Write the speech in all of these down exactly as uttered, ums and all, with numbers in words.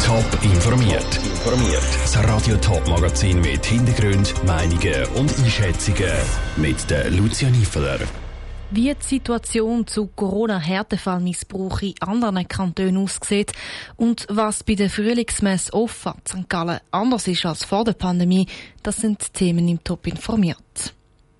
Top informiert. informiert. Das Radio Top Magazin mit Hintergrund, Meinungen und Einschätzungen mit der Lucia Niefeler. Wie die Situation zu Corona-Härtefallmissbrauch in anderen Kantonen aussieht und was bei der Frühlingsmesse Offa Sankt Gallen anders ist als vor der Pandemie, das sind Themen im Top informiert.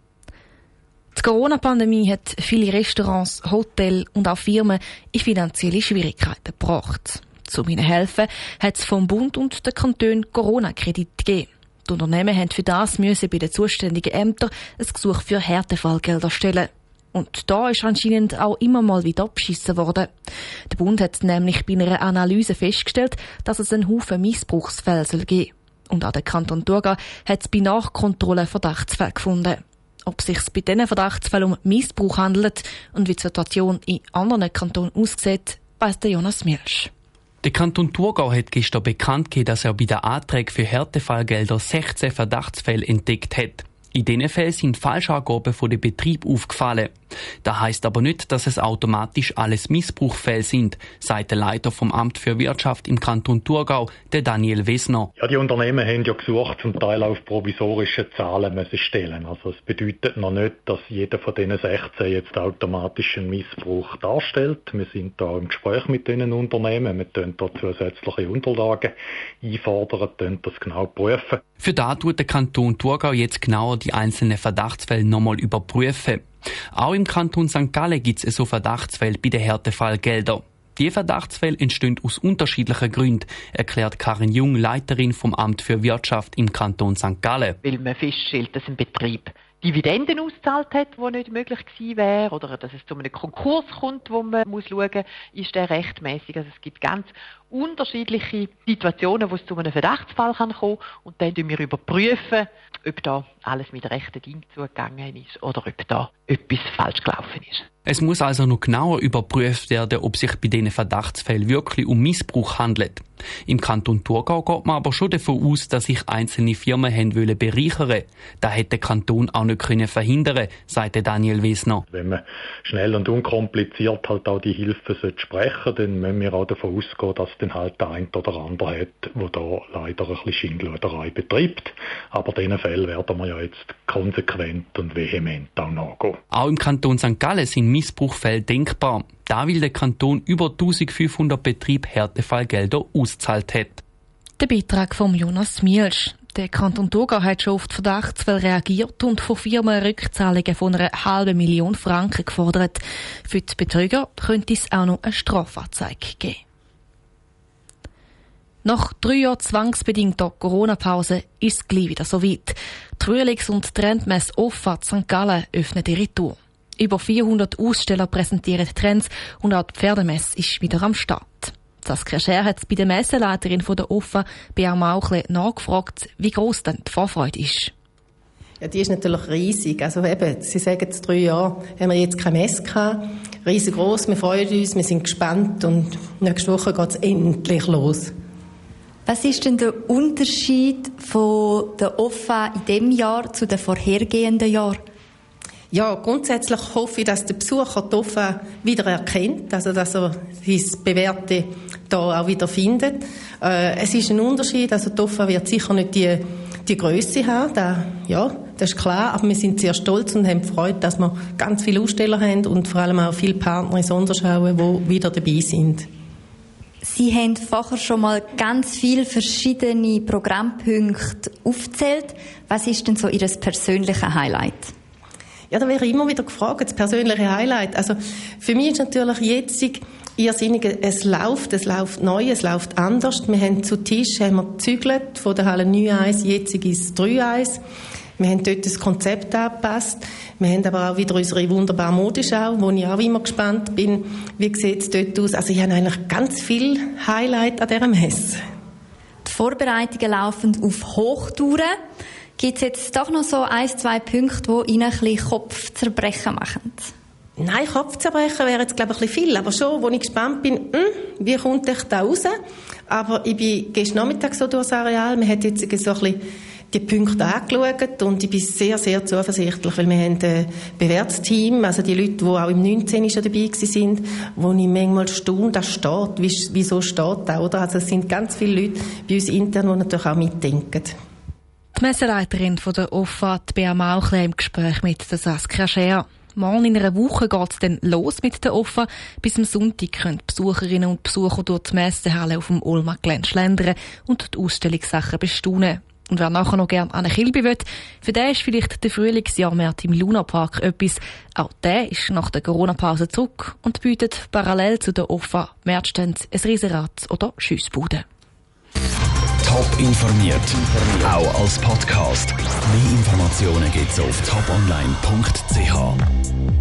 Die Corona-Pandemie hat viele Restaurants, Hotels und auch Firmen in finanzielle Schwierigkeiten gebracht. Um ihnen helfen, hat es vom Bund und den Kantonen Corona-Kredit gegeben. Die Unternehmen haben für das müssen bei den zuständigen Ämtern ein Gesuch für Härtefallgelder stellen. Und da ist anscheinend auch immer mal wieder abgeschissen worden. Der Bund hat nämlich bei einer Analyse festgestellt, dass es einen Haufen Missbrauchsfälle soll geben. Und auch der Kanton Thurgau hat es bei Nachkontrollen Verdachtsfälle gefunden. Ob es sich bei diesen Verdachtsfällen um Missbrauch handelt und wie die Situation in anderen Kantonen aussieht, weiss der Jonas Mielsch. Der Kanton Thurgau hat gestern bekannt gegeben, dass er bei den Anträgen für Härtefallgelder sechzehn Verdachtsfälle entdeckt hat. In diesen Fällen sind Falschangaben von den Betrieb aufgefallen. Das heisst aber nicht, dass es automatisch alles Missbrauchsfälle sind, sagt der Leiter vom Amt für Wirtschaft im Kanton Thurgau, der Daniel Wesner. Ja, die Unternehmen haben ja gesucht, zum Teil auf provisorische Zahlen müssen stellen. Also es bedeutet noch nicht, dass jeder von diesen sechzehn jetzt automatisch einen Missbrauch darstellt. Wir sind da im Gespräch mit diesen Unternehmen. Wir können da zusätzliche Unterlagen einfordern, können das genau prüfen. Für das tut der Kanton Thurgau jetzt genauer die einzelnen Verdachtsfälle nochmal überprüfen. Auch im Kanton Sankt Gallen gibt es so Verdachtsfälle bei den Härtefallgeldern. Die Verdachtsfälle entstehen aus unterschiedlichen Gründen, erklärt Karin Jung, Leiterin vom Amt für Wirtschaft im Kanton Sankt Gallen. Weil man feststellt, dass ein Betrieb Dividenden ausgezahlt hat, die nicht möglich gewesen wäre, oder dass es zu einem Konkurs kommt, wo man muss schauen muss, ist der rechtmäßig. Also es gibt ganz unterschiedliche Situationen, wo es zu einem Verdachtsfall kann kommen, und dann überprüfen wir überprüfen, ob da alles mit rechten Dingen zugegangen ist oder ob da etwas falsch gelaufen ist. Es muss also noch genauer überprüft werden, ob sich bei diesen Verdachtsfällen wirklich um Missbrauch handelt. Im Kanton Thurgau geht man aber schon davon aus, dass sich einzelne Firmen haben wollen bereichern. Das hätte der Kanton auch nicht können verhindern, sagte Daniel Wesner. Wenn man schnell und unkompliziert halt auch die Hilfe sprechen sollte, dann müssen wir auch davon ausgehen, dass dann halt der eine oder andere hat, der da leider ein bisschen Schindluderei betreibt. Aber diesen Fällen werden wir ja jetzt konsequent und vehement auch nachgehen. Auch im Kanton Sankt Gallen sind Missbrauchsfälle denkbar. Da will der Kanton über eintausendfünfhundert Betriebe Härtefallgelder ausgezahlt hat. Der Beitrag von Jonas Mielsch. Der Kanton Thurgau hat schon auf die Verdachtsfälle reagiert und von Firmen Rückzahlungen von einer halben Million Franken gefordert. Für die Betrüger könnte es auch noch eine Strafanzeige geben. Nach drei Jahren zwangsbedingter Corona-Pause ist es gleich wieder soweit. Die Frühlings- und Trendmesse Offa Sankt Gallen öffnet ihre Tour. Über vierhundert Aussteller präsentieren Trends und auch die Pferdemesse ist wieder am Start. Saskia Scher hat bei der Messeleiterin von der Offa, Bea Mauchle, nachgefragt, wie gross denn die Vorfreude ist. Ja, die ist natürlich riesig. Also eben, Sie sagen, in drei Jahren haben wir jetzt keine Messe gehabt. Riesengroß, wir freuen uns, wir sind gespannt und nächste Woche geht es endlich los. Was ist denn der Unterschied von der Offa in diesem Jahr zu den vorhergehenden Jahren? Ja, grundsätzlich hoffe ich, dass der Besucher die Offa wieder erkennt, also dass er sein Bewährte da auch wieder findet. Äh, es ist ein Unterschied, also die Offa wird sicher nicht die, die Grösse haben, da, ja, das ist klar, aber wir sind sehr stolz und haben Freude, dass wir ganz viele Aussteller haben und vor allem auch viele Partner in Sonderschauen, die wieder dabei sind. Sie haben vorher schon mal ganz viele verschiedene Programmpunkte aufgezählt. Was ist denn so Ihr persönliches Highlight? Ja, da wäre ich immer wieder gefragt, das persönliche Highlight. Also für mich ist natürlich jetzt irrsinnig, es läuft, es läuft neu, es läuft anders. Wir haben zu Tisch haben wir gezügelt, von der Halle neun eins, jetzt ist drei eins. Wir haben dort das Konzept angepasst. Wir haben aber auch wieder unsere wunderbare Modeschau, wo ich auch immer gespannt bin, wie sieht es dort aus. Also ich habe eigentlich ganz viel Highlight an dieser Messe. Die Vorbereitungen laufen auf Hochtouren. Gibt es jetzt doch noch so ein, zwei Punkte, die Ihnen ein bisschen Kopfzerbrechen machen? Nein, Kopfzerbrechen wäre jetzt, glaube ich, ein bisschen viel. Aber schon, wo ich gespannt bin, mh, wie kommt ich da raus? Aber ich bin gestern Nachmittag so durchs Areal. Man hat jetzt so ein bisschen die Punkte angeschaut und ich bin sehr, sehr zuversichtlich, weil wir haben ein bewährtes Team, also die Leute, die auch im neunzehn schon dabei waren, wo ich manchmal staune, das steht, wieso steht das, oder? Also es sind ganz viele Leute bei uns intern, die natürlich auch mitdenken. Die Messeleiterin von der O F A, Bea Mauchler, im Gespräch mit der Saskia Scher. Morgen in einer Woche geht es dann los mit der O F A. Bis am Sonntag können Besucherinnen und Besucher durch die Messehalle auf dem Ulmer Gelände schlendern und die Ausstellungssachen bestaunen. Und wer nachher noch gerne an eine Kilbe will, für den ist vielleicht der Frühlingsjahrmarkt im Lunapark etwas. Auch der ist nach der Corona-Pause zurück und bietet parallel zu der O F A Märzstände, ein Riesenrad oder Schiessbude. Top informiert, auch als Podcast. Mehr Informationen gibt's auf top online punkt c h.